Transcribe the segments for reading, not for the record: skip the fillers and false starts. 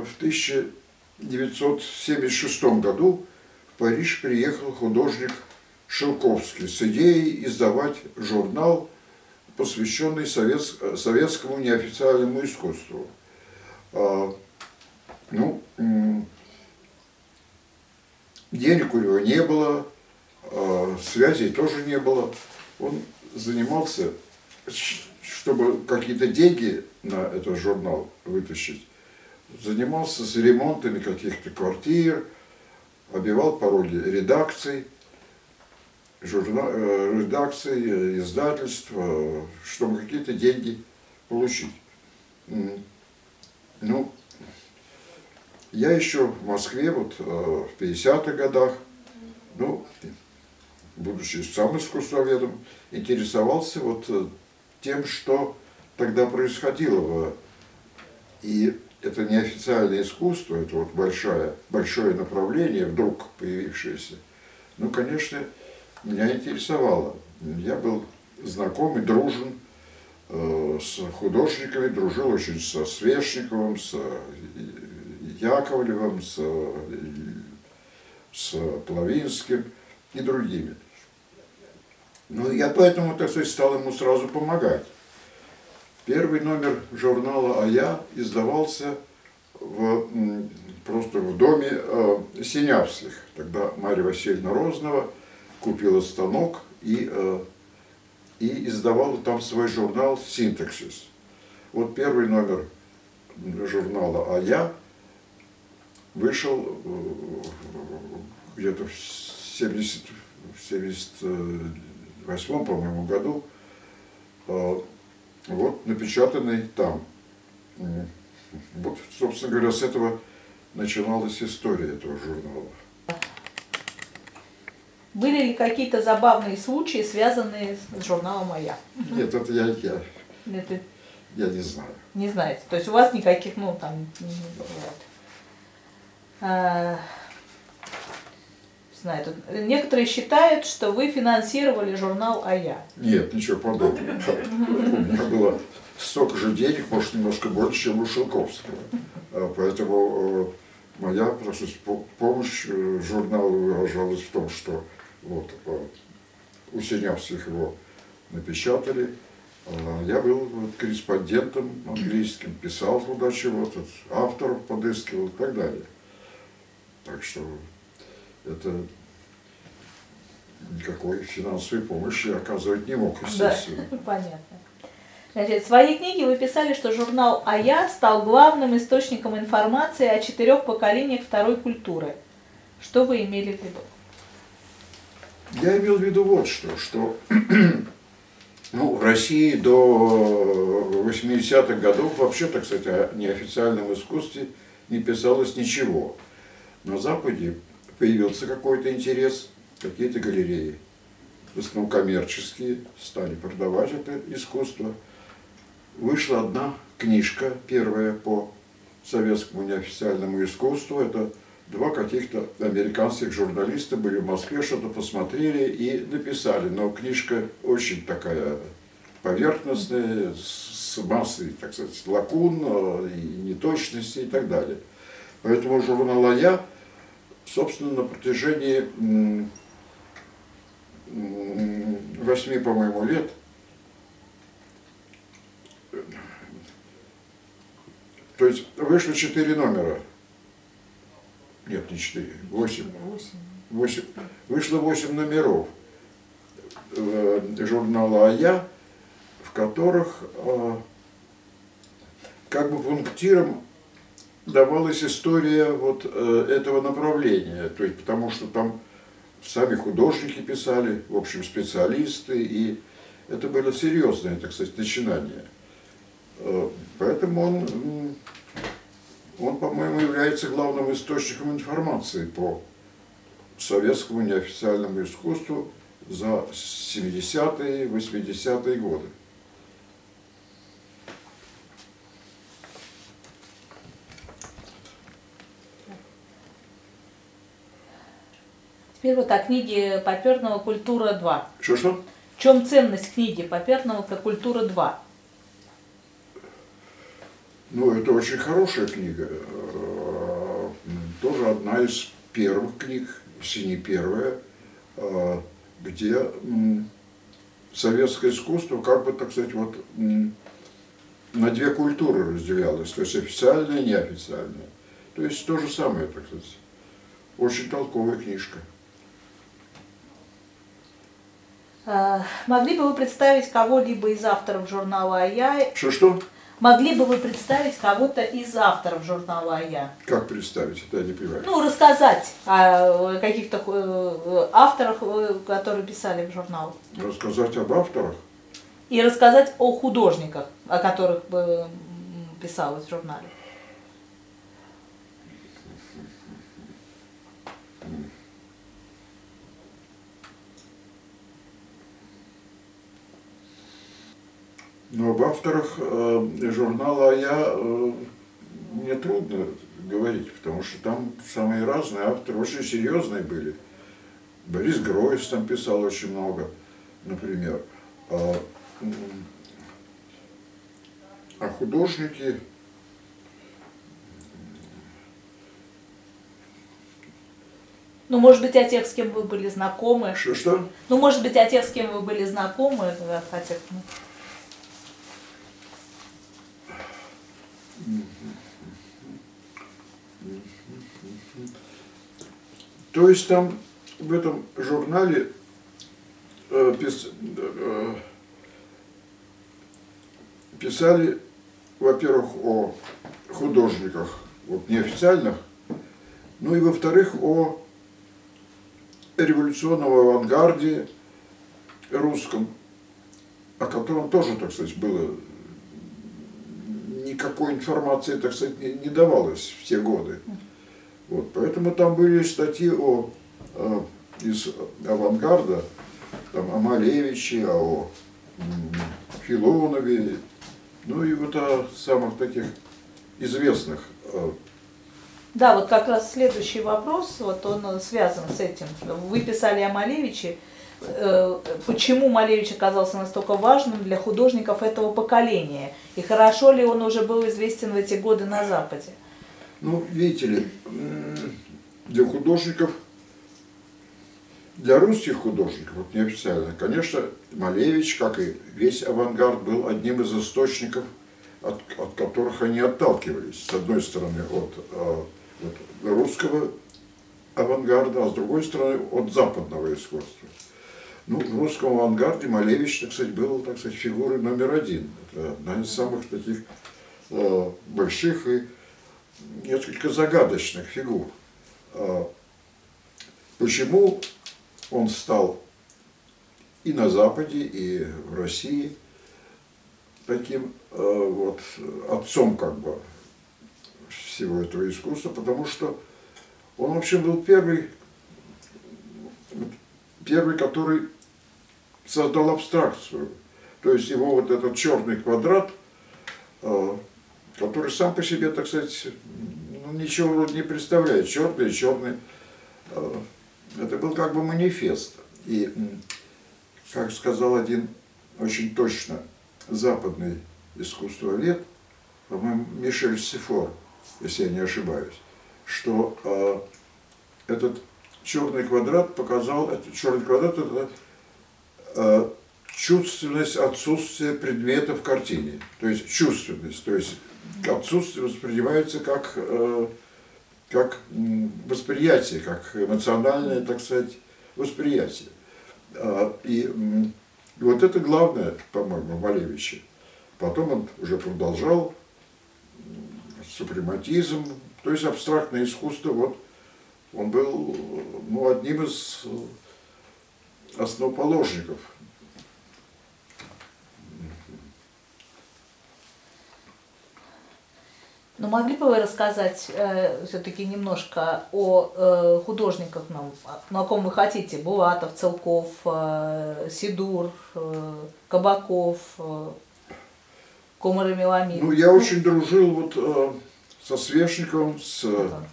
в 1976 году в Париж приехал художник Шелковский с идеей издавать журнал, посвященный советскому неофициальному искусству. Денег у него не было, связей тоже не было. Он занимался, чтобы какие-то деньги на этот журнал вытащить, занимался с ремонтами каких-то квартир, обивал пороги редакций, издательств, чтобы какие-то деньги получить. Я еще в Москве вот в 50-х годах, будучи сам искусствоведом, интересовался вот тем, что тогда происходило. И это неофициальное искусство, это вот большое направление, вдруг появившееся, конечно, меня интересовало. Я был знаком и дружен с художниками, дружил очень со Свешниковым, с Яковлевым, с Плавинским и другими. Я поэтому, так сказать, стал ему сразу помогать. Первый номер журнала «А-Я» издавался просто в доме Синявских. Тогда Марья Васильевна Рознова купила станок и издавала там свой журнал «Синтаксис». Вот первый номер журнала «А-Я» вышел где-то в 78-м, по-моему, году, вот напечатанный там. Вот, собственно говоря, с этого начиналась история этого журнала. Были ли какие-то забавные случаи, связанные с журналом «А-Я»? Нет, это я не знаю. Не знаете? То есть у вас никаких, знаю, некоторые считают, что вы финансировали журнал «А-Я». Нет, ничего подобного. У меня было столько же денег, может, немножко больше, чем у Шелковского. Поэтому моя помощь журналу выражалась в том, что вот у Синявских его напечатали. Я был корреспондентом английским, писал туда чего-то, авторов подыскивал и так далее. Так что это никакой финансовой помощи оказывать не мог, естественно. Да, понятно. Значит, в своей книге вы писали, что журнал «А-Я» стал главным источником информации о 4 поколениях второй культуры. Что вы имели в виду? Я имел в виду вот что в России до 80-х годов вообще, так сказать, о неофициальном искусстве не писалось ничего. На Западе появился какой-то интерес, какие-то галереи, в основном коммерческие, стали продавать это искусство. Вышла одна книжка, первая по советскому неофициальному искусству. Это 2 каких-то американских журналиста были в Москве, что-то посмотрели и написали. Но книжка очень такая поверхностная, с массой, так сказать, лакун и неточностей и так далее. Поэтому журнал «А-Я», собственно, на протяжении 8, по-моему, лет то есть вышло 4 номера. Нет, не 4, 8. 8. Вышло 8 номеров журнала «А-Я», в которых как бы пунктиром давалась история вот этого направления, то есть потому что там сами художники писали, в общем, специалисты, и это было серьезное, так сказать, начинание. Поэтому он, по-моему, является главным источником информации по советскому неофициальному искусству за 70-е, 80-е годы. Теперь вот о книге Поперного «Культура-2». Что? В чем ценность книги Поперного «Культура-2»? Это очень хорошая книга. тоже одна из первых книг, если не первая, где советское искусство, как бы, так сказать, вот на две культуры разделялось, то есть официальное и неофициальное. То есть то же самое, так сказать. Очень толковая книжка. Могли бы вы представить кого-либо из авторов журнала «А-Я»? Что? Могли бы вы представить кого-то из авторов журнала «А-Я»? Как представить? Это я не понимаю. Ну, рассказать о каких-то авторах, которые писали в журнал. Рассказать об авторах? И рассказать о художниках, о которых писалось в журнале. Но об авторах журнала «А-Я» мне трудно говорить, потому что там самые разные авторы, очень серьезные были. Борис Гройс там писал очень много, например. А художники... Ну, может быть, о тех, с кем вы были знакомы. Что? Ну, может быть, о тех, с кем вы были знакомы, хотя... То есть там в этом журнале писали, во-первых, о художниках вот, неофициальных, ну и во-вторых, о революционном авангарде русском, о котором тоже, так сказать, было никакой информации, так сказать, не давалось в те годы. Вот, поэтому там были статьи из авангарда, там, о Малевиче, о Филонове, ну и вот о самых таких известных. Да, вот как раз следующий вопрос, вот он связан с этим. Вы писали о Малевиче. Почему Малевич оказался настолько важным для художников этого поколения? И хорошо ли он уже был известен в эти годы на Западе? Ну, видите ли, для художников, для русских художников, вот неофициально, конечно, Малевич, как и весь авангард, был одним из источников, от которых они отталкивались. С одной стороны, от русского авангарда, а с другой стороны, от западного искусства. Ну, в русском авангарде Малевич, так сказать, был, так сказать, фигурой номер один. Это одна из самых таких больших и несколько загадочных фигур. Почему он стал и на Западе, и в России таким вот отцом, как бы, всего этого искусства? Потому что он вообще был первый, который создал абстракцию. То есть его вот этот черный квадрат, который сам по себе, так сказать, ничего вроде не представляет. Черный. Это был как бы манифест. И, как сказал один очень точно западный искусствовед, по-моему, Мишель Сифор, если я не ошибаюсь, что этот черный квадрат показал, черный квадрат это чувственность отсутствия предмета в картине. То есть чувственность, то есть отсутствие воспринимается как восприятие, как эмоциональное, так сказать, восприятие. И вот это главное, по-моему, Малевича. Потом он уже продолжал супрематизм, то есть абстрактное искусство. Вот он был одним из основоположников. Но могли бы вы рассказать все-таки немножко о художниках, о ком вы хотите? Булатов, Целков, Сидур, Кабаков, Комар и Меламид. Ну, я очень дружил вот со Свешниковым, с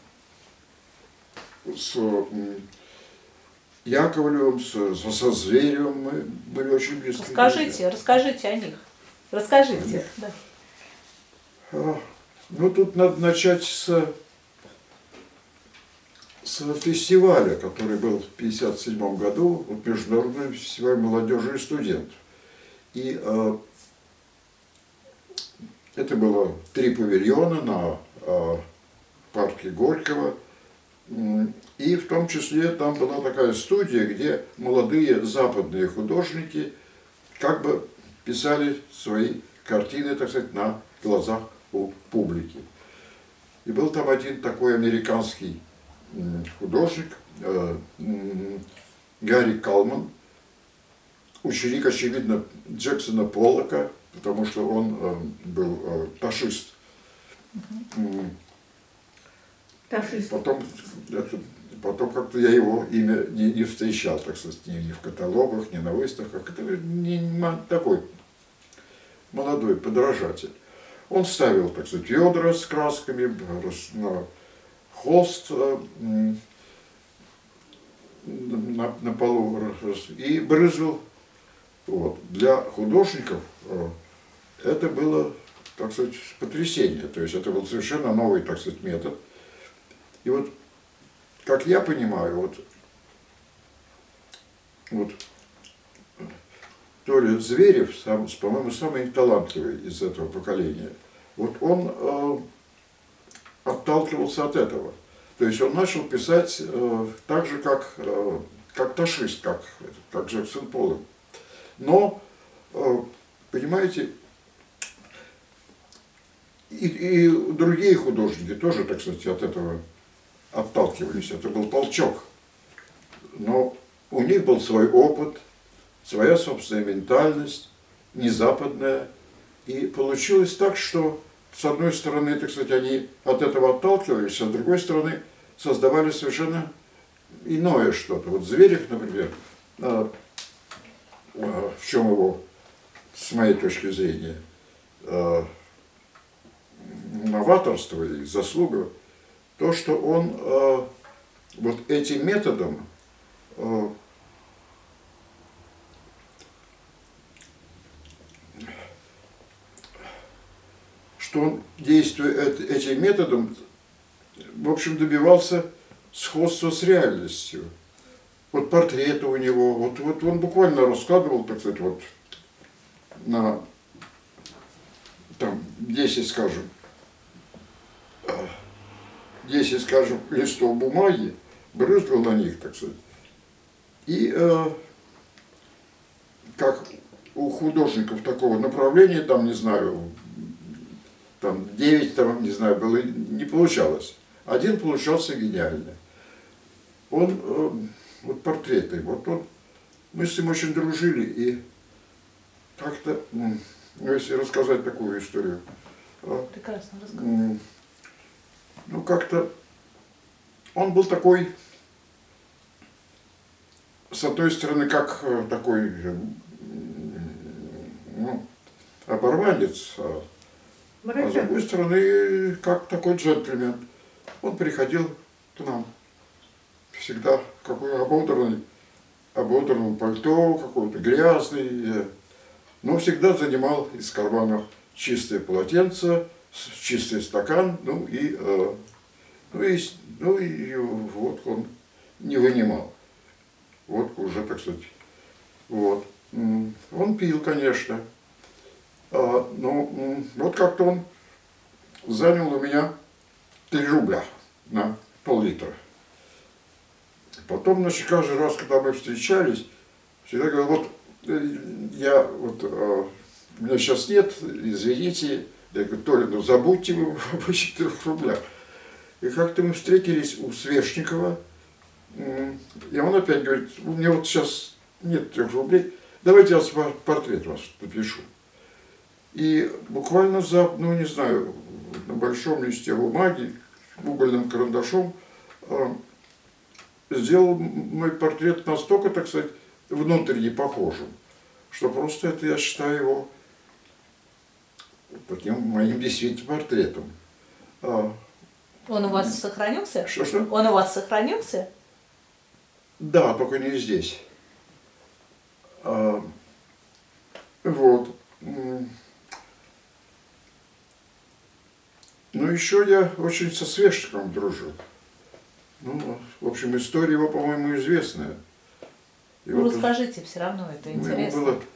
Яковлевым, со Зверевым. Мы были очень близки. Расскажите о них. Расскажите. Да. Ну, тут надо начать с с фестиваля, который был в 1957 году, вот Международный фестиваль молодежи и студентов. И это было 3 павильона на парке Горького. И в том числе там была такая студия, где молодые западные художники как бы писали свои картины, так сказать, на глазах у публики. И был там один такой американский художник, Гарри Калман, ученик, очевидно, Джексона Поллока, потому что он был ташист. Потом как-то я его имя не встречал, так сказать, ни в каталогах, ни на выставках. Это не такой молодой подражатель. Он ставил, так сказать, ведра с красками, на холст на полу и брызгал. Вот. Для художников это было, так сказать, потрясение. То есть это был совершенно новый, так сказать, метод. И вот, как я понимаю, вот то ли Зверев, по-моему, самый талантливый из этого поколения, вот он отталкивался от этого. То есть он начал писать так же, как ташист, как Джексон Поллок. Но, понимаете, и другие художники тоже, так сказать, от этого отталкивались. Это был толчок. Но у них был свой опыт, своя собственная ментальность, не западная. И получилось так, что с одной стороны, так сказать, они от этого отталкивались, а с другой стороны создавали совершенно иное что-то. Вот Зверев, например, в чем его, с моей точки зрения, новаторство и заслуга, то, что он вот этим методом что он, действуя этим методом, в общем, добивался сходства с реальностью. Вот портреты у него, вот он буквально раскладывал, так сказать, вот на там 10, скажем, листов бумаги, брызгал на них, так сказать. И как у художников такого направления, там, не знаю, там 9, там, не знаю, было, не получалось. Один получался гениально. Он, вот портреты, мы с ним очень дружили, и как-то, если рассказать такую историю. Прекрасно рассказать. Ну, как-то, он был такой, с одной стороны, как такой, оборванец, а с другой стороны, как такой джентльмен. Он приходил к нам всегда какой ободранном пальто, какой-то грязный, но всегда занимал из кармана чистое полотенце, чистый стакан, ну и водку он не вынимал. Водку уже, так сказать, вот. Он пил, конечно. Но вот как-то он занял у меня 3 рубля на пол-литра. Потом, значит, каждый раз, когда мы встречались, всегда говорил, у меня сейчас нет, извините. Я говорю, Толя, ну забудьте вы об 4 рублях. И как-то мы встретились у Свешникова, и он опять говорит, у меня вот сейчас нет 3 рублей, давайте я портрет ваш напишу. И буквально не знаю, на большом листе бумаги, угольным карандашом, сделал мой портрет настолько, так сказать, внутренне похожим, что просто это, я считаю его таким моим действительно портретом. Он у вас сохранился? Что? Он у вас сохранился? Да, только не здесь. Вот. Ну, еще я очень со Свешниковым дружил. Ну, в общем, история его, по-моему, известная. Ну, расскажите, все равно это интересно. Ему было...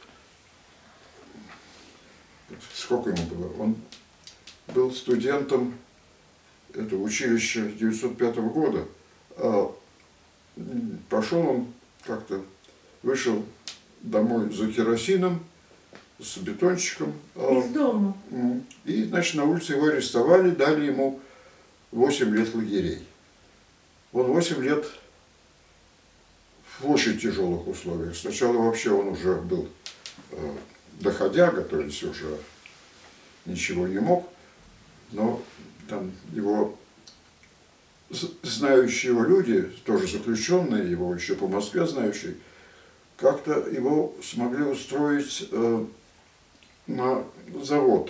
Сколько ему было? Он был студентом этого училища 1905 года. Пошел он как-то, вышел домой за керосином, с бетончиком. Из дома. И, значит, на улице его арестовали, дали ему 8 лет лагерей. Он 8 лет в очень тяжелых условиях. Сначала вообще он уже был доходяга, то есть уже ничего не мог, но там его знающие его люди, тоже заключенные, его еще по Москве знающие, как-то его смогли устроить на завод,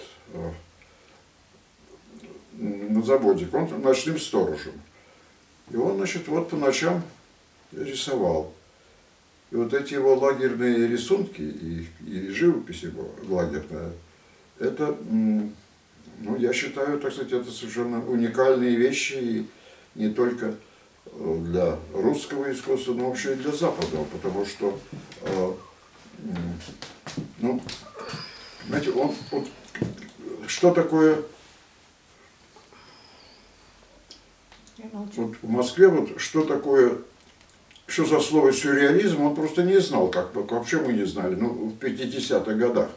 на заводе, он ночным сторожем. И он, значит, вот по ночам рисовал. И вот эти его лагерные рисунки и живопись его лагерная, это, ну, я считаю, так сказать, это совершенно уникальные вещи, и не только для русского искусства, но вообще и для западного, потому что, ну, знаете, он что такое, вот в Москве, вот что такое, что за слово сюрреализм, он просто не знал, как вообще мы не знали, ну, в 50-х годах.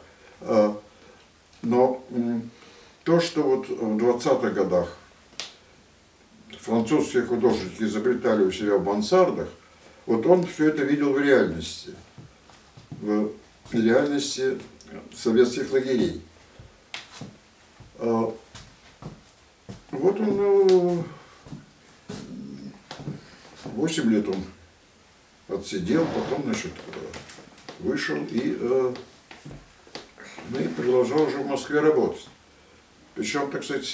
Но то, что вот в 20-х годах французские художники изобретали у себя в мансардах, вот он все это видел в реальности советских лагерей. Вот он 8 лет он отсидел, потом, значит, вышел и продолжал уже в Москве работать. Причем, так сказать,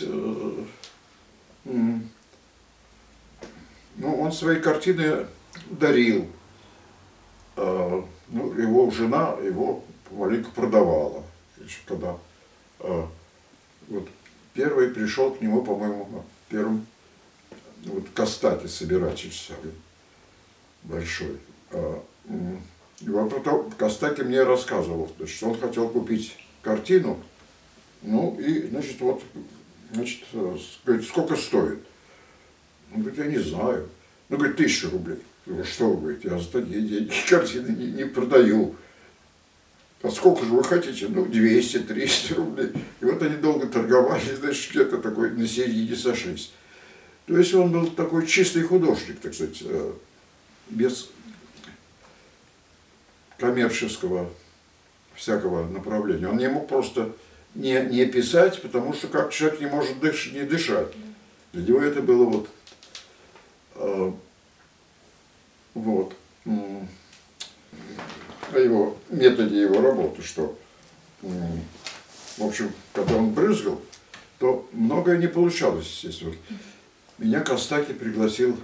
ну, он свои картины дарил. Ну, его жена его маленько продавала. Когда вот первый пришел к нему, по-моему, первым вот Костаки, собиратель самый большой. И вот потом Костаки мне рассказывал, что он хотел купить картину, ну и, значит, вот, значит, говорит, сколько стоит? Он говорит, я не знаю. Ну, говорит, 1000 рублей. Я говорю, что вы говорите, я за такие деньги картины не продаю. А сколько же вы хотите? Ну, 200-300 рублей. И вот они долго торговали, значит, где-то такой на середине сошлись. То есть он был такой чистый художник, так сказать, без коммерческого всякого направления. Он не мог просто не писать, потому что как человек не может не дышать. Для него это было вот о его методе его работы, что, в общем, когда он брызгал, то многое не получалось, естественно. Меня Костаки пригласил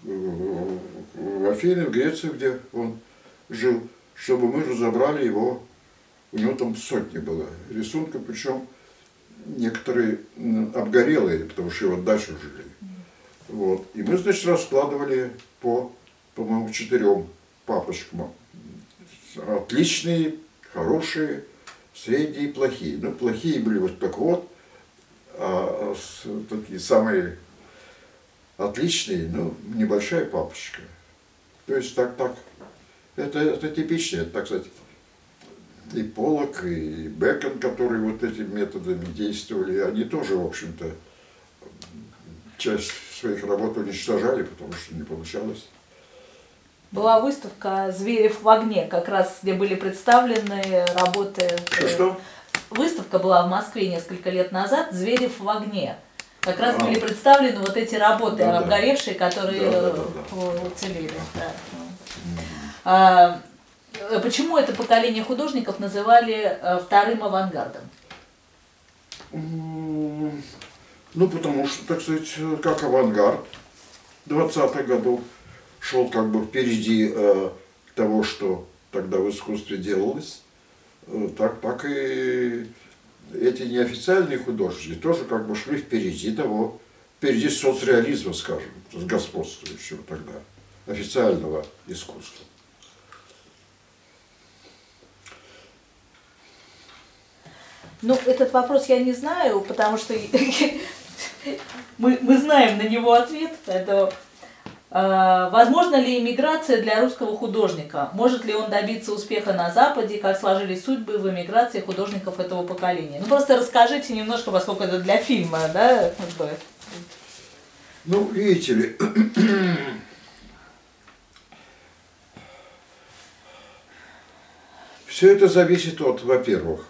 в Афины, в Грецию, где он жил, чтобы мы разобрали его, у него там сотни было рисунков, причем некоторые обгорелые, потому что его дачу жили. Вот. И мы, значит, раскладывали по-моему, 4 папочкам. Отличные, хорошие, средние и плохие. Ну, плохие были вот так вот, а такие самые отличные, ну, небольшая папочка. То есть так. Это типичное, так сказать, и Поллок, и Бекон, которые вот этими методами действовали, они тоже, в общем-то, часть своих работ уничтожали, потому что не получалось. Была выставка «Зверев в огне», как раз где были представлены работы. Что? Выставка была в Москве несколько лет назад «Зверев в огне». Как раз были представлены вот эти работы, обгоревшие, которые уцелели. Да. Почему это поколение художников называли вторым авангардом? Ну, потому что, так сказать, как авангард 20-х годов шел как бы впереди того, что тогда в искусстве делалось, так и эти неофициальные художники тоже как бы шли впереди того, впереди соцреализма, скажем, господствующего тогда, официального искусства. Ну, этот вопрос я не знаю, потому что мы знаем на него ответ. Это, возможно ли иммиграция для русского художника? Может ли он добиться успеха на Западе? Как сложились судьбы в эмиграции художников этого поколения? Ну, просто расскажите немножко, поскольку это для фильма, да? Ну, видите ли, все это зависит от, во-первых,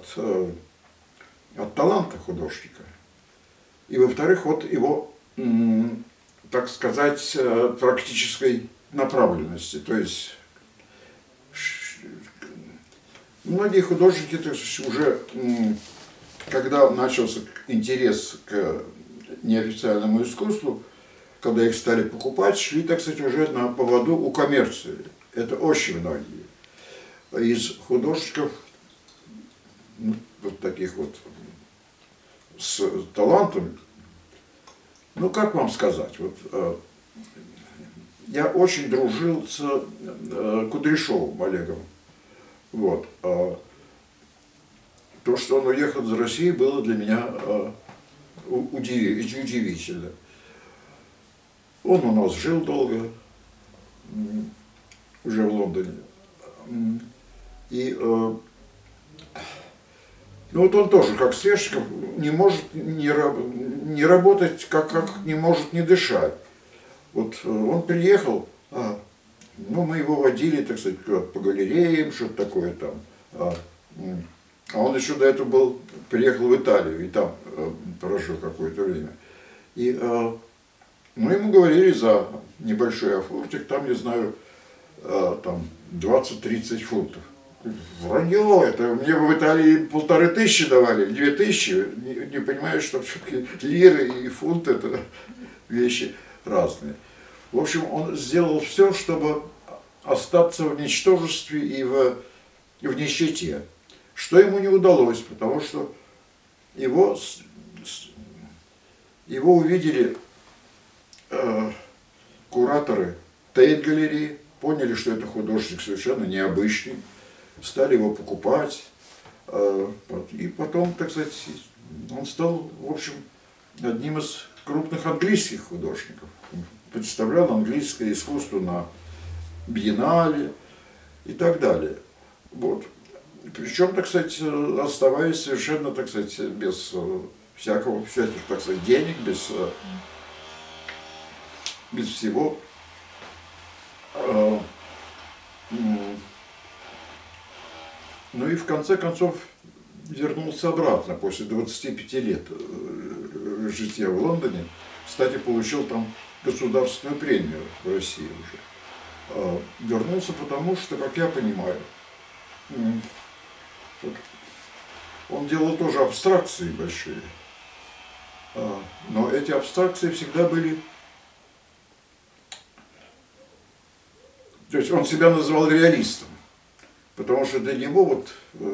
от таланта художника, и, во-вторых, от его, так сказать, практической направленности. То есть многие художники, то есть, уже, когда начался интерес к неофициальному искусству, когда их стали покупать, шли, так сказать, уже на поводу у коммерции. Это очень многие. Из художников, вот таких вот с талантом, ну как вам сказать, вот я очень дружил с Кудряшовым Олегом. Вот. То, что он уехал из России, было для меня удивительно. Он у нас жил долго, уже в Лондоне. И ну вот он тоже, как Свешников, не может не работать, как не может не дышать. Вот он приехал, ну мы его водили, так сказать, по галереям, что-то такое там. А он еще до этого приехал в Италию и там прожил какое-то время. И ну, ему говорили за небольшой афортик, там, не знаю, там 20-30 фунтов. Вранье, это мне в Италии 1500 давали, 2000, не понимаю, что все-таки лиры и фунты это вещи разные. В общем, он сделал все, чтобы остаться в ничтожестве и в нищете, что ему не удалось, потому что его увидели кураторы Тейт-галереи, поняли, что это художник совершенно необычный, стали его покупать, и потом, так сказать, он стал, в общем, одним из крупных английских художников. Представлял английское искусство на биеннале и так далее. Вот. Причем, так сказать, оставаясь совершенно, так сказать, без всяких, так сказать, денег, без всего. Ну и в конце концов вернулся обратно после 25 лет жития в Лондоне. Кстати, получил там государственную премию в России уже. Вернулся потому, что, как я понимаю, он делал тоже абстракции большие. Но эти абстракции всегда были... То есть он себя называл реалистом. Потому что для него вот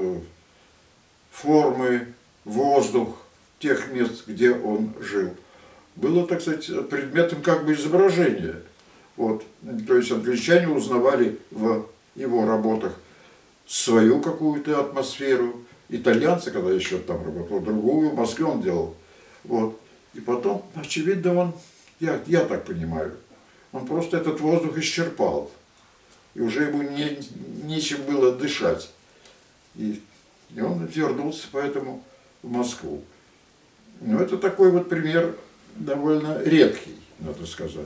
формы, воздух тех мест, где он жил, было, так сказать, предметом как бы изображения. Вот. То есть англичане узнавали в его работах свою какую-то атмосферу. Итальянцы, когда еще там работал, другую, в Москве он делал. Вот. И потом, очевидно, он, я так понимаю, он просто этот воздух исчерпал. И уже ему нечем было дышать. И он вернулся поэтому в Москву. Но это такой вот пример довольно редкий, надо сказать.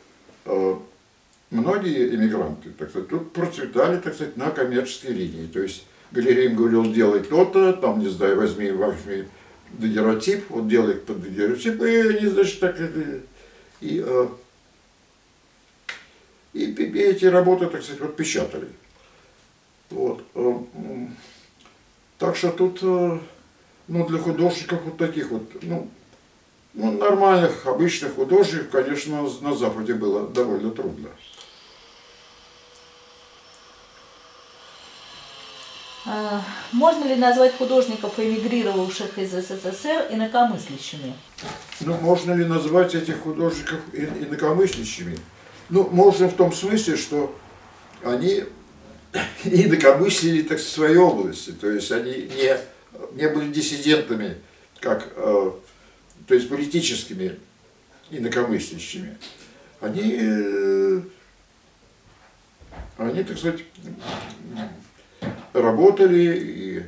Многие эмигранты, так сказать, тут процветали, так сказать, на коммерческой линии. То есть галерея им говорил, делай то-то, там, не знаю, возьми дагеротип, вот делай под дагеротип, и они, значит, так и эти работы, так сказать, вот печатали. Вот. Так что тут, ну, для художников вот таких вот, ну, нормальных, обычных художников, конечно, на Западе было довольно трудно. Можно ли назвать художников, эмигрировавших из СССР, инакомыслящими? Ну, можно ли назвать этих художников инакомыслящими? Ну, можно в том смысле, что они инакомыслили, так, в своей области, то есть они не были диссидентами, как, то есть политическими инакомыслящими. Они, так сказать, работали и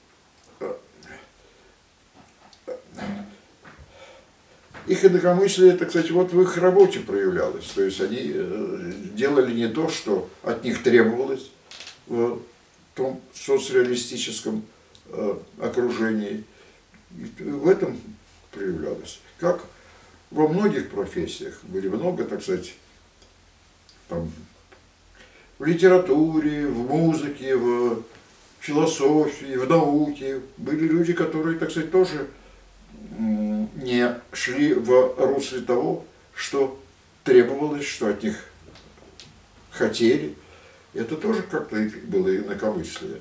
их инакомыслие, так сказать, вот в их работе проявлялось. То есть они делали не то, что от них требовалось в том соцреалистическом окружении. И в этом проявлялось. Как во многих профессиях были много, так сказать, там, в литературе, в музыке, в философии, в науке. Были люди, которые, так сказать, тоже не шли в русле того, что требовалось, что от них хотели. Это тоже как-то было инакомыслие.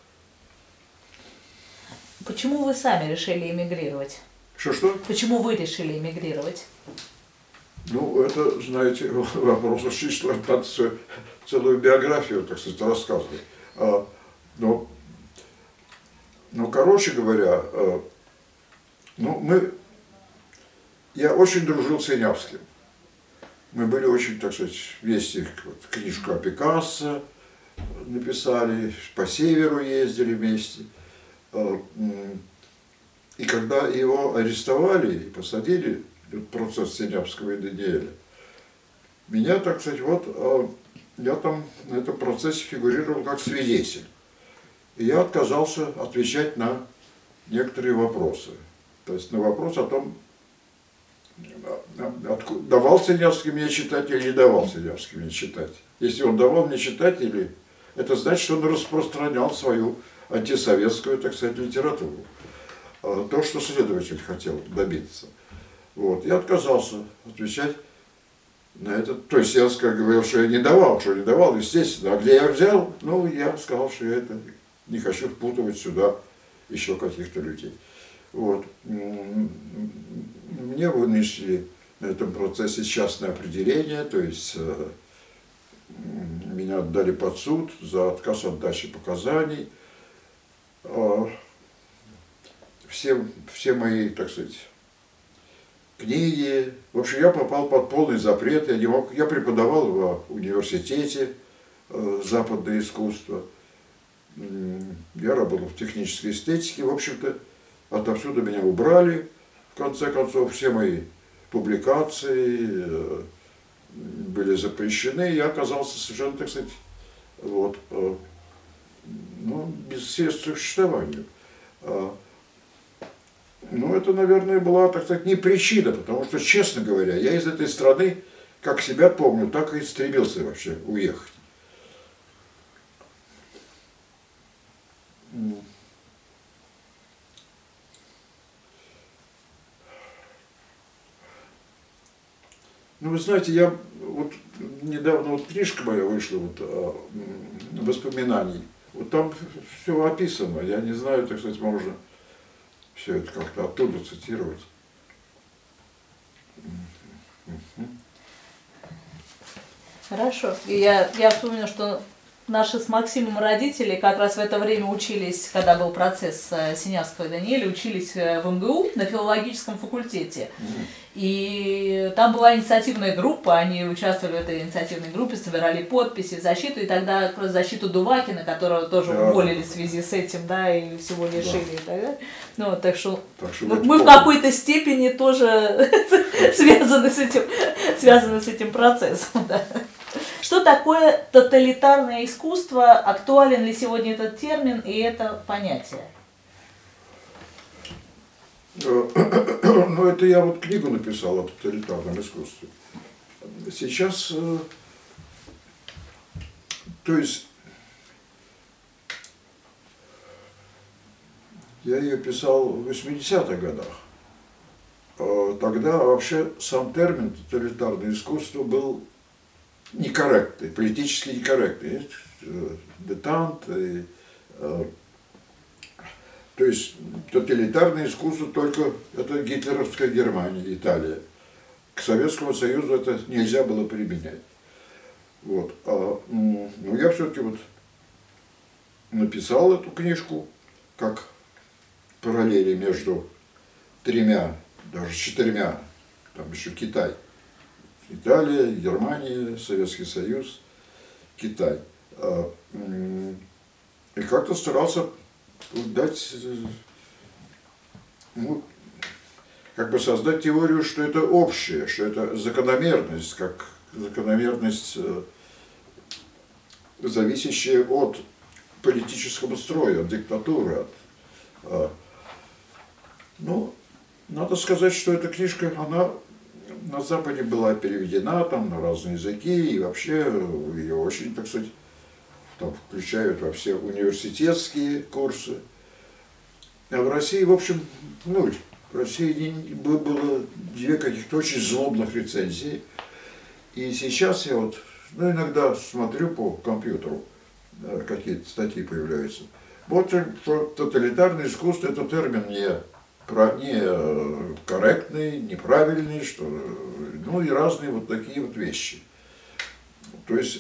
Почему вы сами решили эмигрировать? Что? Почему вы решили эмигрировать? Ну, это, знаете, вопрос очень сложный, надо целую биографию, так сказать, рассказывать. Но, короче говоря, я очень дружил с Инявским. Мы были очень, так сказать, вместе, вот, книжку о Пикассо написали, по северу ездили вместе. И когда его арестовали и посадили, процесс Синявского и Даниэля, меня, так сказать, вот, я там на этом процессе фигурировал как свидетель. И я отказался отвечать на некоторые вопросы. То есть на вопрос о том, давал Синявский мне читать или не давал Синявский мне читать. Если он давал мне читать, это значит, что он распространял свою антисоветскую, так сказать, литературу. То, что следователь хотел добиться. Вот. Я отказался отвечать на это. То есть я говорил, что я не давал, естественно. А где я взял, я сказал, что я это не хочу впутывать сюда еще каких-то людей. Вот. Мне вынесли на этом процессе частное определение, то есть меня отдали под суд за отказ от дачи показаний. Все мои, так сказать, книги. В общем, я попал под полный запрет. Я преподавал в университете западное искусство. Я работал в технической эстетике. В общем-то, отовсюду меня убрали. В конце концов, все мои публикации были запрещены. Я оказался совершенно, так сказать, вот, без средств к существованию. Это, наверное, была, так сказать, не причина, потому что, честно говоря, я из этой страны, как себя помню, так и стремился вообще уехать. Вы знаете, я вот недавно книжка моя вышла воспоминаний. Вот там все описано. Я не знаю, так сказать, можно все это как-то оттуда цитировать. Хорошо. И я вспомнила, что наши с Максимом родители как раз в это время учились, когда был процесс Синявского и Даниэля, учились в МГУ на филологическом факультете. И там была инициативная группа, они участвовали в этой инициативной группе, собирали подписи в защиту, и тогда как раз защиту Дувакина, которого тоже уволили в связи с этим, и всего лишили и так далее. Так что мы в какой-то степени тоже связаны с этим процессом. Да. Что такое тоталитарное искусство? Актуален ли сегодня этот термин и это понятие? Это я книгу написал о тоталитарном искусстве. Сейчас, то есть, я ее писал в 80-х годах. Тогда вообще сам термин тоталитарное искусство был некорректный, политически некорректный. Есть детант, То есть тоталитарное искусство только это гитлеровская Германия, Италия. К Советскому Союзу это нельзя было применять. Вот. Но я все-таки вот написал эту книжку как параллели между тремя, даже четырьмя, там еще Китай. Италия, Германия, Советский Союз, Китай. И как-то старался дать, ну, как бы создать теорию, что это общее, что это закономерность, как закономерность, зависящая от политического строя, от диктатуры. Ну, надо сказать, что эта книжка, она на Западе была переведена там на разные языки, и вообще ее очень, так сказать, там включают во все университетские курсы. А в России, в общем, ну, в России было две каких-то очень злобных рецензии. И сейчас я вот, ну, иногда смотрю по компьютеру, какие-то статьи появляются. Вот что тоталитарное искусство — это термин не корректный, неправильный, что, ну и разные вот такие вот вещи. То есть,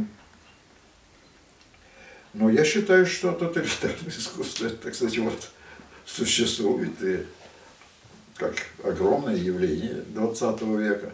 но я считаю, что тоталитарное искусство, это, так сказать, вот существует и как огромное явление 20 века.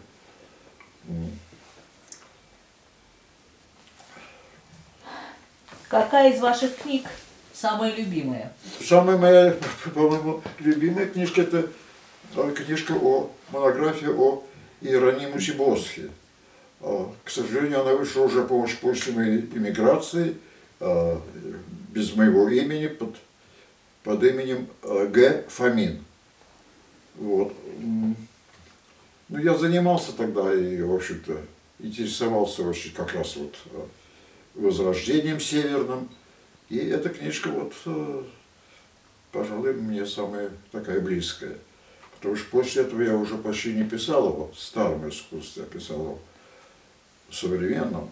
Какая из ваших книг самая любимая? Самая моя, по-моему, любимая книжка — это книжка монография о Иеронимусе Босхе. К сожалению, она вышла уже после моей эмиграции, без моего имени, под именем Г. Фомин. Вот. Ну, я занимался тогда и, в общем-то, интересовался очень как раз вот Возрождением Северным. И эта книжка, вот, пожалуй, мне самая такая близкая. Потому что после этого я уже почти не писал о старом искусстве, я писал о современном.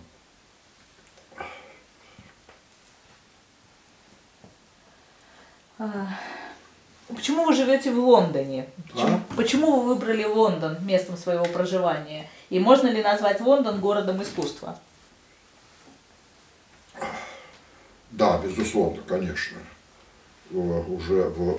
Почему вы живете в Лондоне? Почему вы выбрали Лондон местом своего проживания? И можно ли назвать Лондон городом искусства? Да, безусловно, конечно. Уже в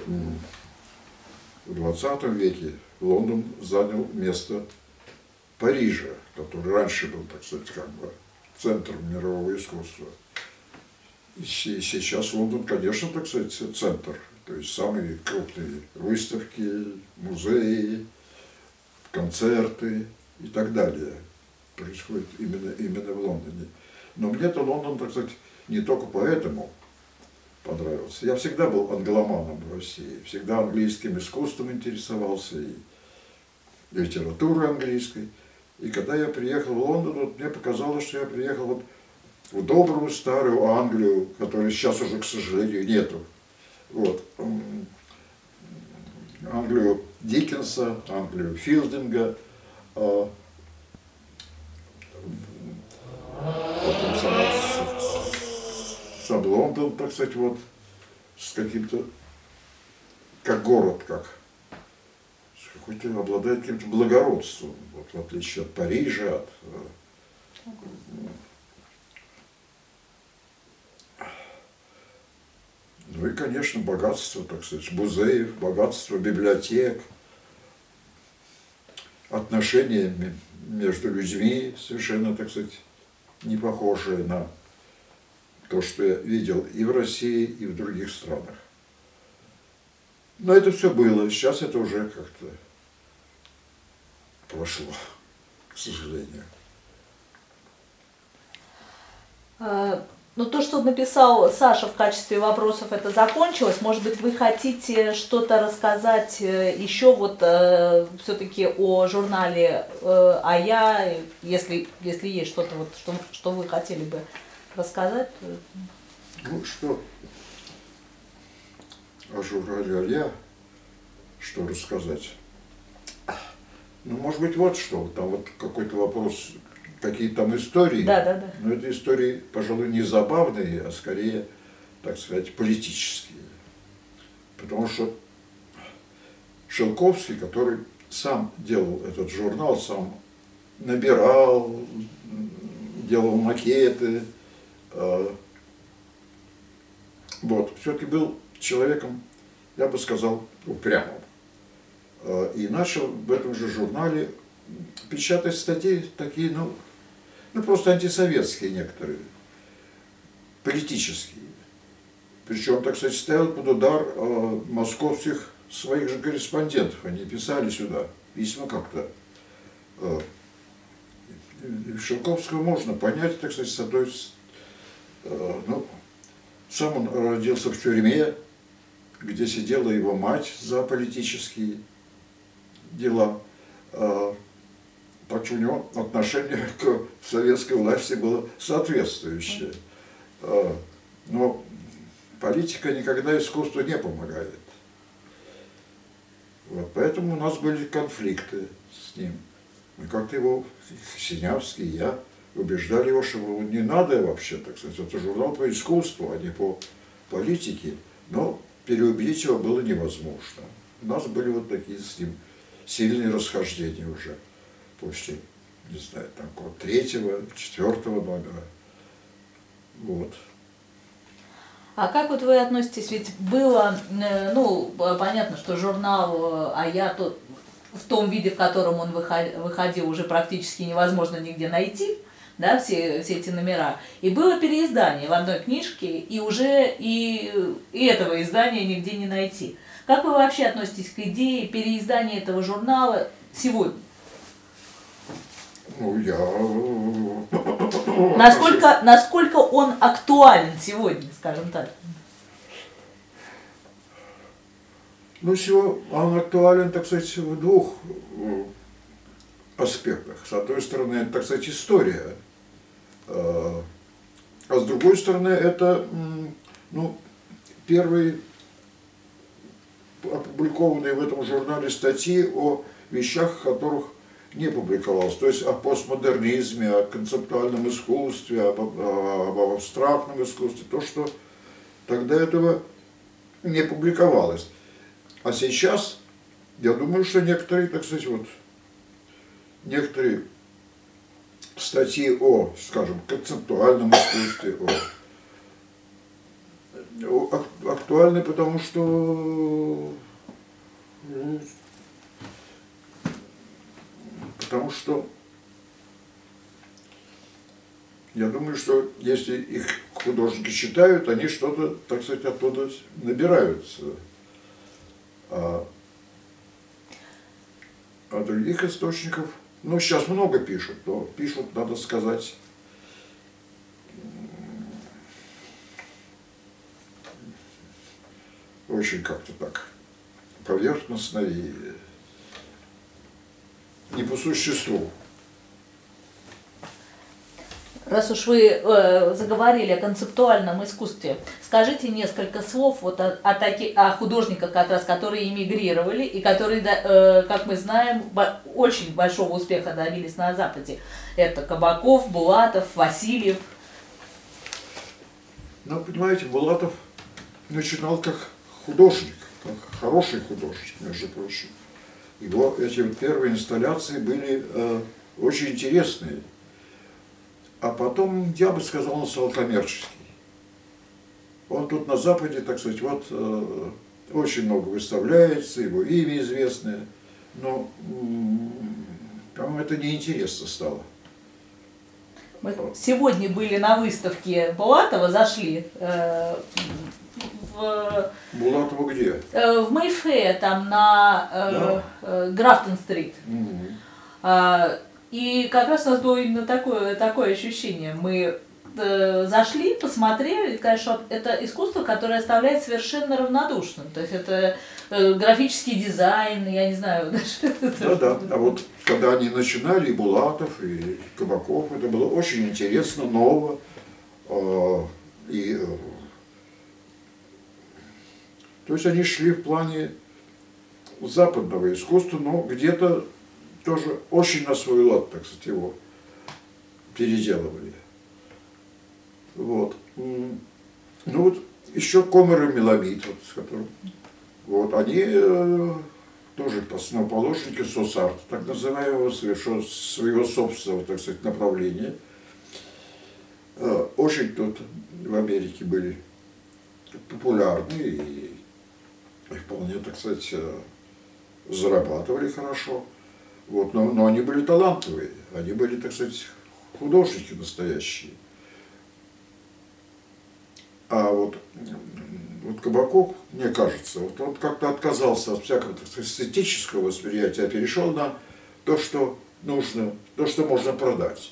20 веке Лондон занял место Парижа, который раньше был, так сказать, как бы центром мирового искусства. И сейчас Лондон, конечно, так сказать, центр. То есть самые крупные выставки, музеи, концерты и так далее происходит именно в Лондоне. Но мне-то Лондон, так сказать, не только поэтому понравился. Я всегда был англоманом в России, всегда английским искусством интересовался и литературой английской. И когда я приехал в Лондон, вот мне показалось, что я приехал вот в добрую старую Англию, которой сейчас уже, к сожалению, нету. Вот. Англию Диккенса, Англию Филдинга, потом сам Лондон, так сказать, вот, с каким-то, как город, как какой-то обладает каким-то благородством, вот, в отличие от Парижа, от ну и, конечно, богатство, так сказать, музеев, богатство библиотек, отношения между людьми совершенно, так сказать, не похожие на то, что я видел и в России, и в других странах. Но это все было, сейчас это уже как-то прошло, к сожалению. Ну, то, что написал Саша в качестве вопросов, это закончилось. Может быть, вы хотите что-то рассказать еще вот все-таки о журнале «А-Я», если есть что-то, вот, что вы хотели бы рассказать? Ну, что о журнале «А-Я», что рассказать? Ну, может быть, вот что, там вот какой-то вопрос, какие там истории. Да. Но это истории, пожалуй, не забавные, а скорее так сказать, политические. Потому что Шелковский, который сам делал этот журнал, сам набирал, делал макеты, вот, все-таки был человеком, я бы сказал, упрямым. И начал в этом же журнале печатать статьи такие, ну просто антисоветские некоторые, политические. Причем, так сказать, ставил под удар московских своих же корреспондентов. Они писали сюда письма как-то. Шелковского можно понять, так сказать, с одной... Ну, сам он родился в тюрьме, где сидела его мать за политические дела. Так что у него отношение к советской власти было соответствующее. Но политика никогда искусству не помогает. Вот, поэтому у нас были конфликты с ним. Мы как-то его, Синявский и я, убеждали его, что не надо вообще, так сказать, это журнал по искусству, а не по политике. Но переубедить его было невозможно. У нас были вот такие с ним сильные расхождения уже после, не знаю, там, третьего, четвертого номера. Вот. А как вот вы относитесь, ведь было, ну, понятно, что журнал «А я» тот, в том виде, в котором он выходил, уже практически невозможно нигде найти, да, все эти номера. И было переиздание в одной книжке, и уже и этого издания нигде не найти. Как вы вообще относитесь к идее переиздания этого журнала сегодня? Ну, Насколько он актуален сегодня, скажем так? Ну, сегодня он актуален, так сказать, в двух аспектах. С одной стороны, это, так сказать, история. А с другой стороны, это, ну, первые опубликованные в этом журнале статьи о вещах, которых не публиковалось. То есть о постмодернизме, о концептуальном искусстве, об абстрактном искусстве. То, что тогда этого не публиковалось. А сейчас, я думаю, что некоторые, так сказать, вот, некоторые статьи о, скажем, концептуальном искусстве, актуальны, потому что я думаю, что если их художники читают, они что-то, так сказать, оттуда набираются. А других источников, ну, сейчас много пишут, но пишут, надо сказать, очень как-то так поверхностно и не по существу. Раз уж вы заговорили о концептуальном искусстве, скажите несколько слов вот о художниках, как раз, которые эмигрировали и которые, как мы знаем, очень большого успеха добились на Западе. Это Кабаков, Булатов, Васильев. Ну, понимаете, Булатов начинал как художник, как хороший художник, между прочим. Его эти вот первые инсталляции были очень интересные. А потом, я бы сказал, он стал коммерческий. Он тут на Западе, так сказать, вот очень много выставляется, его имя известное, но, по-моему, это неинтересно стало. Мы сегодня были на выставке Булатова, зашли в... Булатова где? В Мэйфэе, там на Графтон-стрит. И как раз у нас было именно такое ощущение. Мы зашли, посмотрели, конечно, это искусство, которое оставляет совершенно равнодушным. То есть это графический дизайн, я не знаю даже. Да. А вот когда они начинали, и Булатов, и Кабаков, это было очень интересно, ново. То есть они шли в плане западного искусства, но где-то тоже очень на свой лад, так сказать, его переделывали. Вот. Ну вот еще Комар и Меламид, вот, с которым, вот, они тоже основоположники соцарта, так называемого, своего собственного, так сказать, направления. Очень тут в Америке были популярны и вполне, так сказать, зарабатывали хорошо. Вот, но они были талантливые, они были, так сказать, художники настоящие. А вот Кабаков, мне кажется, вот он как-то отказался от всякого, так сказать, эстетического восприятия, а перешел на то, что нужно, то, что можно продать.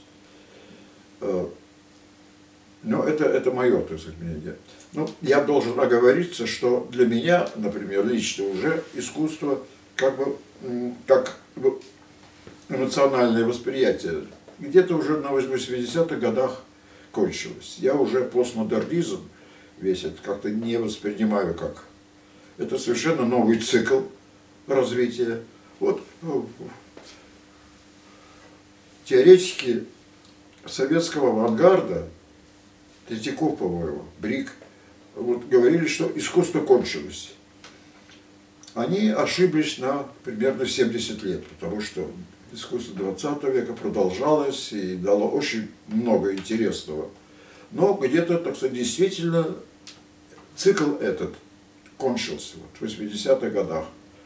Но это мое, так сказать, мнение. Ну, я должен оговориться, что для меня, например, лично уже искусство как эмоциональное восприятие где-то уже на 80-х годах кончилось. Я уже постмодернизм весь это как-то не воспринимаю как. Это совершенно новый цикл развития. Вот теоретики советского авангарда, Третьяков, по-моему, Брик, вот говорили, что искусство кончилось. Они ошиблись на примерно 70 лет, потому что искусство 20 века продолжалось и дало очень много интересного. Но где-то, так сказать, действительно цикл этот кончился вот, в 80-х годах.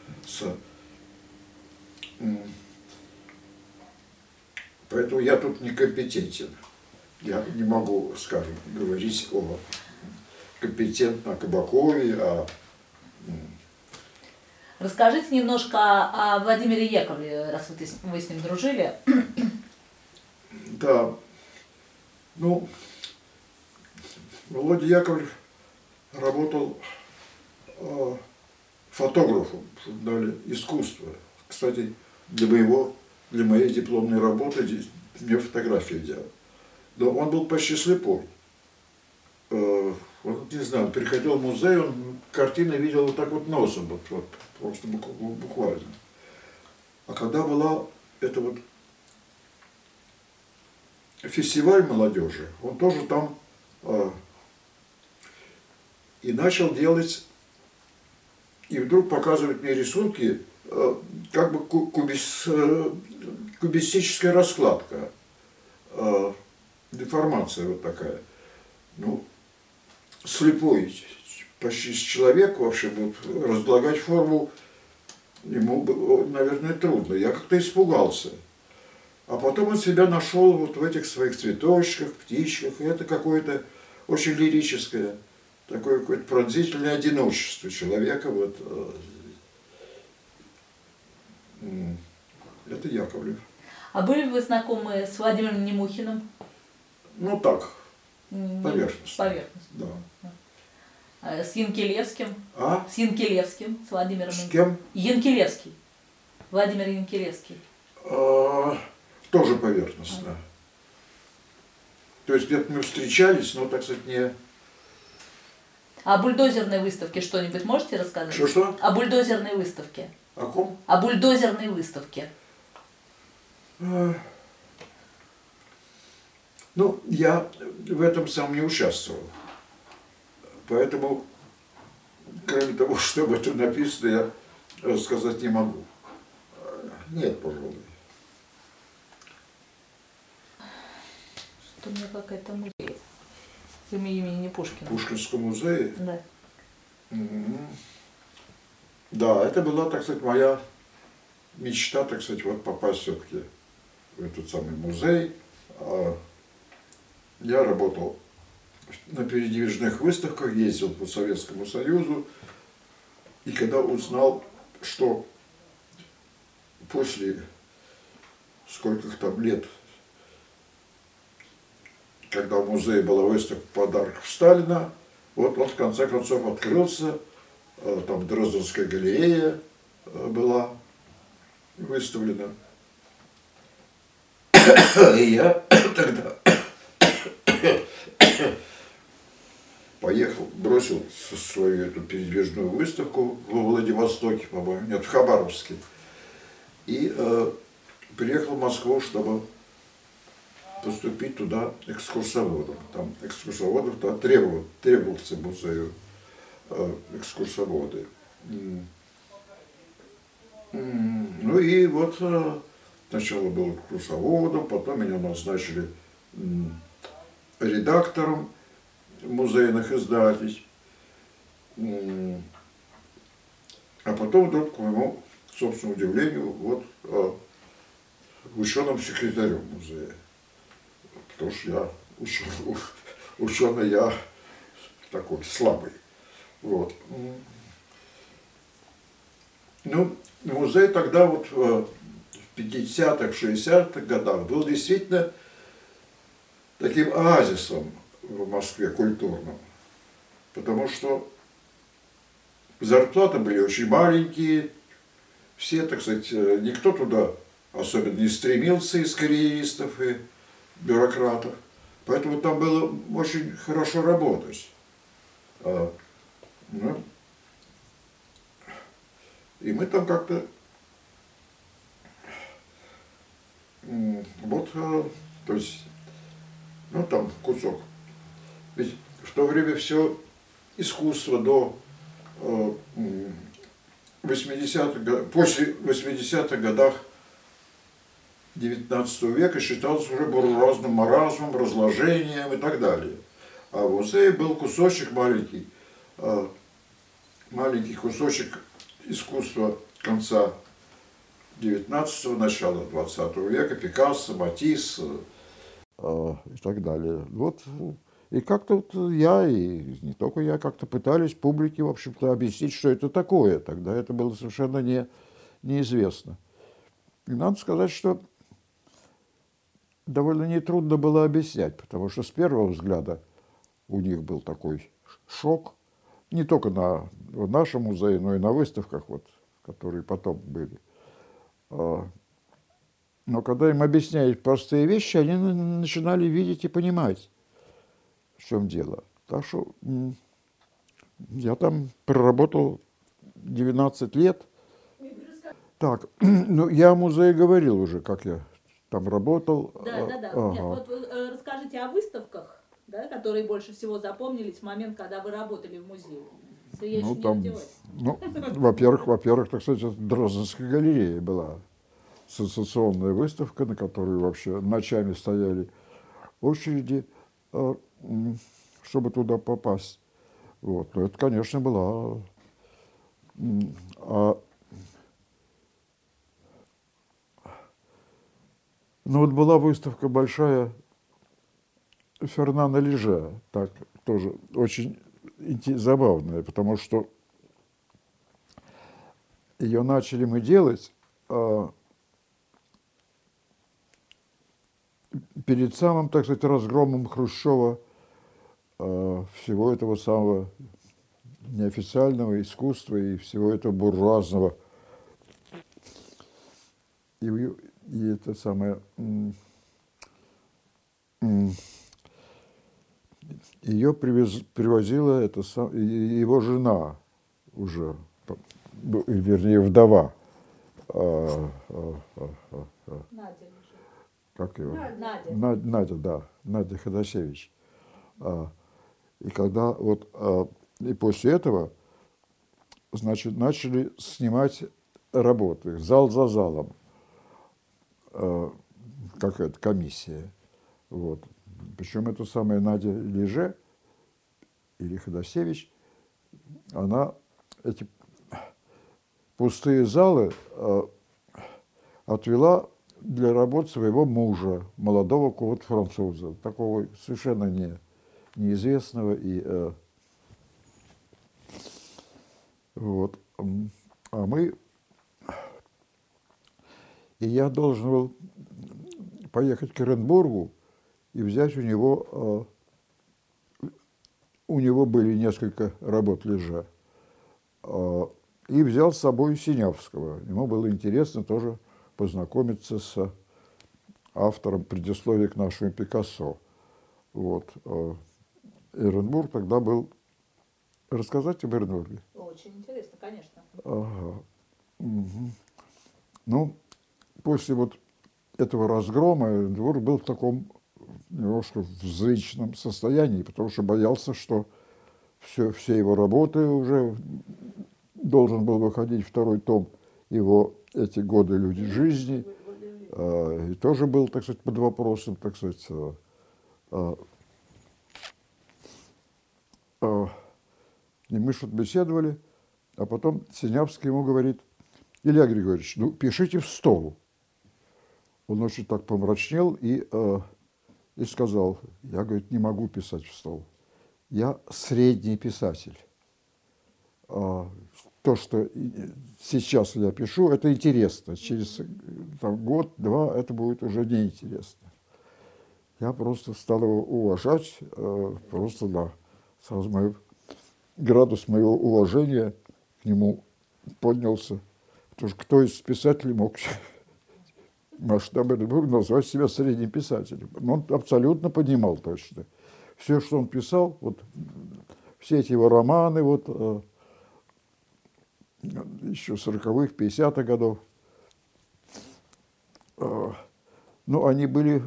Поэтому я тут некомпетентен. Я не могу, скажем, говорить о компетентно о Кабакове, Расскажите немножко о Владимире Яковлеве, раз вы с ним дружили. Да, ну, Володя Яковлев работал фотографом в журнале «Искусство». Кстати, для моей дипломной работы мне фотографии делал. Но он был почти слепой. Он, не знаю, приходил в музей, он картины видел вот так вот носом, вот просто буквально. А когда была это вот фестиваль молодежи, он тоже там и начал делать, и вдруг показывает мне рисунки, как бы кубистическая раскладка, деформация вот такая. Ну, слепой почти человек, вообще, вот, разлагать форму ему было, наверное, трудно. Я как-то испугался. А потом он себя нашел вот в этих своих цветочках, птичках. И это какое-то очень лирическое, такое какое-то пронзительное одиночество человека. Вот. Это Яковлев. А были ли вы знакомы с Владимиром Немухиным? Ну так, поверхностно. Поверхностно. Да. С Янкелевским? А? С Янкелевским, с Владимиром. С кем? Янкелевский. Владимир Янкелевский. Тоже поверхностно. То есть где-то мы встречались, но, так сказать, не... О бульдозерной выставке что-нибудь можете рассказать? Что? О бульдозерной выставке. О ком? О бульдозерной выставке. Ну, я в этом сам не участвовал. Поэтому, кроме того, что об этом написано, я сказать не могу. Нет, пожалуй. Что у меня какая-то музей. Имени Пушкина. В Пушкинском музее? Да. Да, это была, так сказать, моя мечта, так сказать, вот попасть все-таки в этот самый музей. Я работал на передвижных выставках, ездил по Советскому Союзу, и когда узнал, что после скольких там лет, когда в музее была выставка подарков Сталина, вот он в конце концов открылся, там Дрезденская галерея была выставлена. И я тогда поехал, бросил свою эту передвижную выставку во Владивостоке, по-моему, нет, в Хабаровске, и приехал в Москву, чтобы поступить туда экскурсоводом. Там экскурсоводов туда требовался музею экскурсоводы. Ну и вот сначала был экскурсоводом, потом меня назначили редактором музейных издательств. А потом вдруг, к моему собственному удивлению, вот ученым секретарем музея. Потому что я ученый, я такой слабый. Вот. Ну, музей тогда вот в 50-х, 60-х годах был действительно таким оазисом в Москве культурным. Потому что зарплаты были очень маленькие, все, так сказать, никто туда особенно не стремился из карьеристов и бюрократов. Поэтому там было очень хорошо работать. Ну, и мы там как-то вот, то есть, ну там кусок. Ведь в то время все искусство до 80-х, после 80-х годах 19 века считалось уже буржуазным маразмом, разложением и так далее. А в музее был кусочек маленький, маленький кусочек искусства конца 19-го, начала 20 века, Пикассо, Матисс и так далее. Вот. И как-то вот я, и не только я, как-то пытались публике, в общем-то, объяснить, что это такое. Тогда это было совершенно неизвестно. И надо сказать, что довольно нетрудно было объяснять, потому что с первого взгляда у них был такой шок, не только в нашем музее, но и на выставках, вот, которые потом были. Но когда им объясняли простые вещи, они начинали видеть и понимать, в чем дело. Так что я там проработал 19 лет. Так, ну я о музее говорил уже, как я там работал. Да. Ага. Нет, вот расскажите о выставках, да, которые больше всего запомнились в момент, когда вы работали в музее. Ну, там, во-первых, так сказать, Дрозденская галерея была. Сенсационная выставка, на которую вообще ночами стояли очереди, чтобы туда попасть. Вот. Но это, конечно, была... Ну вот была выставка большая Фернана Лежа, так тоже очень забавная, потому что ее начали мы делать перед самым, так сказать, разгромом Хрущева всего этого самого неофициального искусства и всего этого буржуазного. И это самое... Ее привозила его жена уже, вернее, вдова. Надя. Как его? Надя. Надя, да. Надя Ходосевич. И когда вот... И после этого, значит, начали снимать работы, зал за залом. Какая-то комиссия. Вот. Причем эта самая Надя Леже, или Ходосевич, она эти пустые залы отвела для работ своего мужа, молодого какого-то француза, такого совершенно неизвестного. И, вот. И я должен был поехать к Эренбургу и взять у него были несколько работ Лежа, и взял с собой Синявского. Ему было интересно тоже познакомиться с автором предисловия к нашему Пикассо. Вот. Эренбург тогда был... Рассказать об Эренбурге? Очень интересно, конечно. Ага. Угу. Ну, после вот этого разгрома Эренбург был в таком немножко в взвинченном состоянии, потому что боялся, что все его работы уже должен был выходить второй том его «Эти годы люди жизни», и тоже был, так сказать, под вопросом, так сказать. И мы что-то беседовали, а потом Синявский ему говорит: Илья Григорьевич, ну пишите в стол. Он очень так помрачнел и сказал: я, говорит, не могу писать в стол. Я средний писатель. То, что сейчас я пишу, это интересно. Через год-два это будет уже неинтересно. Я просто стал его уважать, просто, да, сразу градус моего уважения к нему поднялся. Потому что кто из писателей мог масштабы назвать себя средним писателем? Но он абсолютно понимал точно. Все, что он писал, вот все эти его романы, вот еще 40-х, 50-х годов, ну, они были,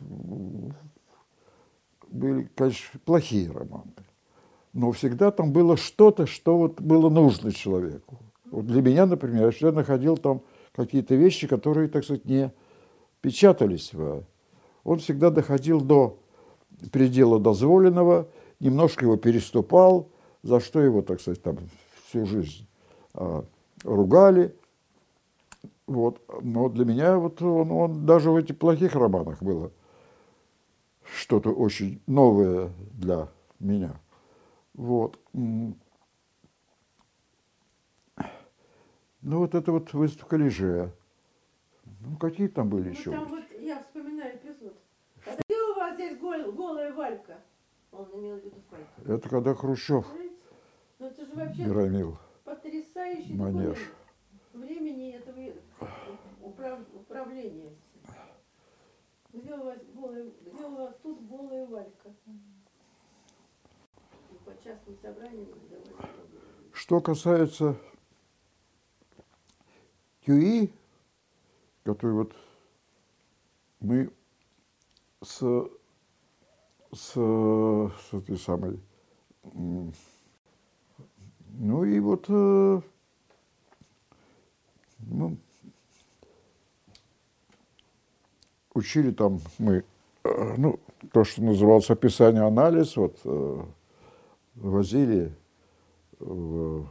конечно, плохие романы. Но всегда там было что-то, что вот было нужно человеку. Вот для меня, например, я всегда находил там какие-то вещи, которые, так сказать, не печатались. Он всегда доходил до предела дозволенного, немножко его переступал, за что его, так сказать, там всю жизнь ругали. Вот. Но для меня вот он даже в этих плохих романах было что-то очень новое для меня. Вот. Ну, вот это вот выставка Леже. Ну, какие там были еще? Там вот, я вспоминаю эпизод. А где у вас здесь голая Валька? Он имел в виду Вальку. Это когда Хрущев Ну, это же вообще громил потрясающий манеж. Времени этого управления. Где у вас тут голая Валька? И по частным собраниям довольно много. Что касается Тюи, который вот мы с этой самой, ну и вот ну, учили там мы, ну, то, что называлось описание, анализ, вот возили в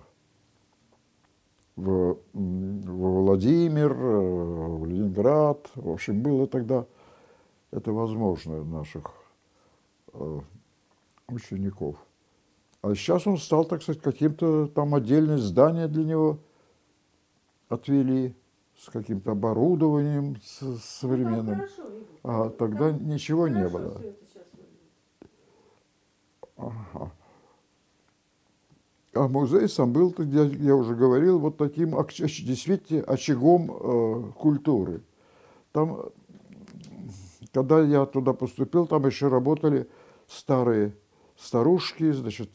Владимир, в Ленинград. В общем, было тогда это возможно наших учеников. А сейчас он стал, так сказать, каким-то там отдельное здание для него отвели с каким-то оборудованием современным. А тогда ничего не было. Ага. А музей сам был, я уже говорил, вот таким действительно очагом культуры. Там, когда я туда поступил, там еще работали старые старушки, значит,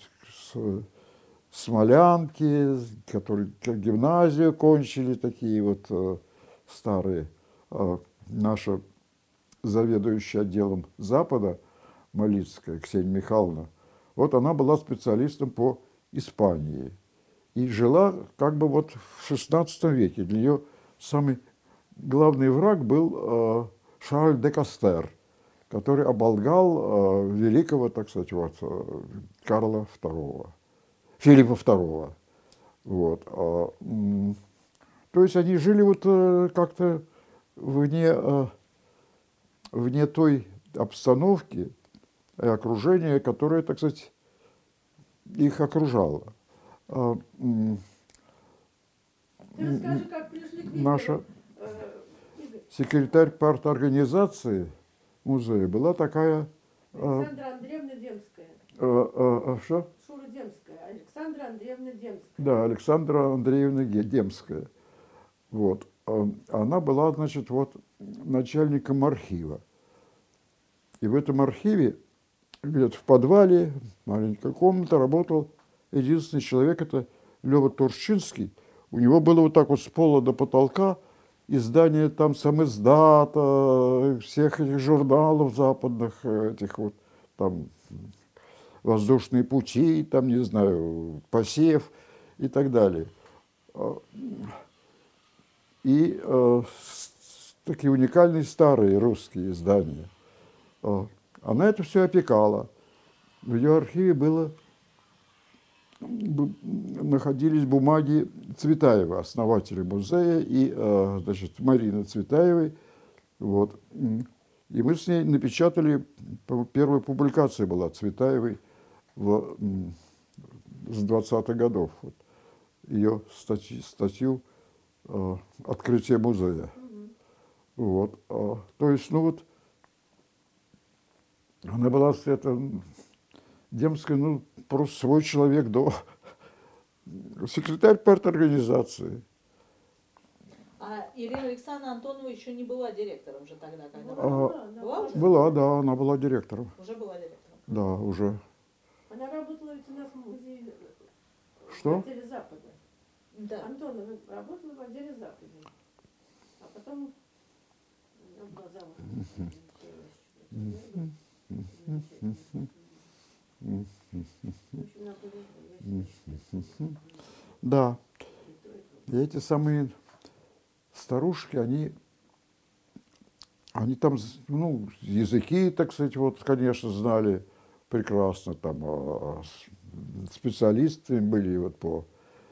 смолянки, которые гимназию кончили, такие вот старые. Наша заведующая отделом Запада, Малицкая Ксения Михайловна, вот она была специалистом по Испании и жила как бы вот в XVI веке. Для нее самый главный враг был Шарль де Кастер, который оболгал великого, так сказать, вот, Карла II, Филиппа II. Вот. То есть они жили вот как-то вне той обстановки и окружения, которое, так сказать, их окружало. Ты расскажи, как пришли к Виктору. Наша секретарь парторганизации музея была такая... Александра Андреевна Демская. Что? Шура Демская. Александра Андреевна Демская. Да, Александра Андреевна Демская. Вот. Она была, значит, вот начальником архива. И в этом архиве, где-то в подвале, маленькая комната, работал единственный человек, это Лёва Турчинский. У него было вот так вот с пола до потолка издание там самиздата, всех этих журналов западных, этих вот там воздушные пути, там, не знаю, посев и так далее. И такие уникальные старые русские издания. Она это все опекала. В ее архиве находились бумаги Цветаева, основателя музея, и значит, Марины Цветаевой. Вот. И мы с ней напечатали, первая публикация была Цветаевой с 20-х годов. Вот. Ее статью «Открытие музея». Вот. То есть, ну вот, она была Демская, ну, просто свой человек, секретарь парторганизации. А Ирина Александровна Антонова еще не была директором уже тогда, когда Была уже? Была, да, она была директором. Уже была директором. Да, уже. Она работала ведь у нас в музее Что? в отделе Запада. Да. Антонова работала в отделе Запада. А потом она была замужем. Да. И эти самые старушки, они там, ну, языки, так сказать, вот, конечно, знали прекрасно, там, специалисты были вот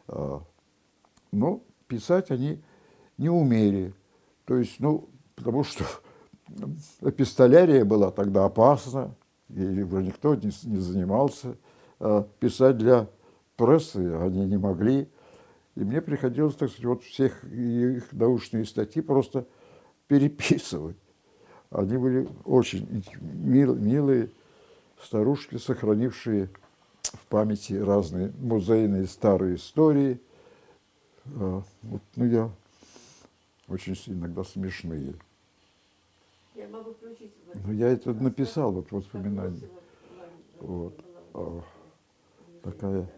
но писать они не умели. То есть, ну, потому что эпистолярия была тогда опасна, и никто не занимался. Писать для прессы они не могли. И мне приходилось, так сказать, вот всех их научные статьи просто переписывать. Они были очень милые старушки, сохранившие в памяти разные музейные старые истории. Вот, ну, я очень иногда смешные. Я могу включить. Но я это написал, вот воспоминания. Вот. Такая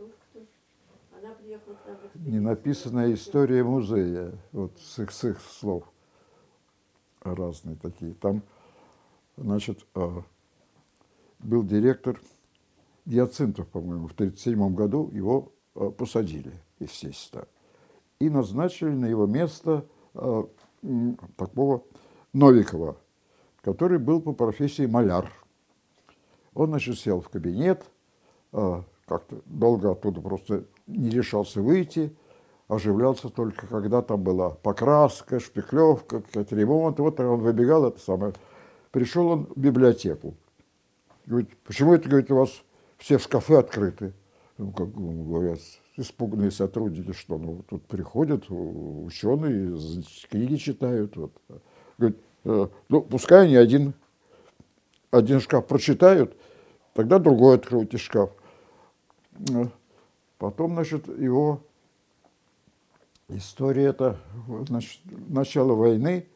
ненаписанная история музея, вот с их слов разные такие. Там, значит, был директор Гиацинтов, по-моему, в 1937 году его посадили, естественно, и назначили на его место такого Новикова, который был по профессии маляр. Он, значит, сел в кабинет, как-то долго оттуда просто не решался выйти, оживлялся только, когда там была покраска, шпиклевка, какой-то ремонт. Вот он выбегал, это самое. Пришел он в библиотеку. Говорит, почему это, говорит, у вас все шкафы открыты? Ну, как говорят, испуганные сотрудники, что ну, тут приходят ученые, книги читают. Вот. Говорит, ну, пускай они один шкаф прочитают, тогда другой откройте шкаф. Потом, значит, его история это, значит, начало войны,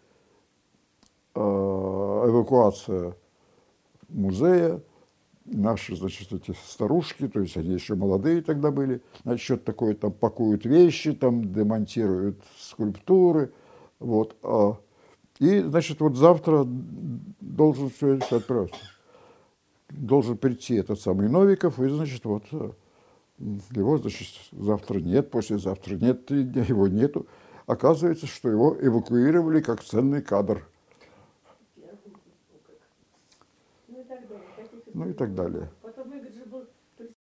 эвакуация музея, наши, значит, эти старушки, то есть они еще молодые тогда были, значит, что-то такое, там пакуют вещи, там демонтируют скульптуры, вот. И, значит, вот завтра должен все это отправиться. Должен прийти этот самый Новиков, и, значит, вот его, значит, завтра нет, послезавтра нет, его нету. Оказывается, что его эвакуировали как ценный кадр. Ну и так далее.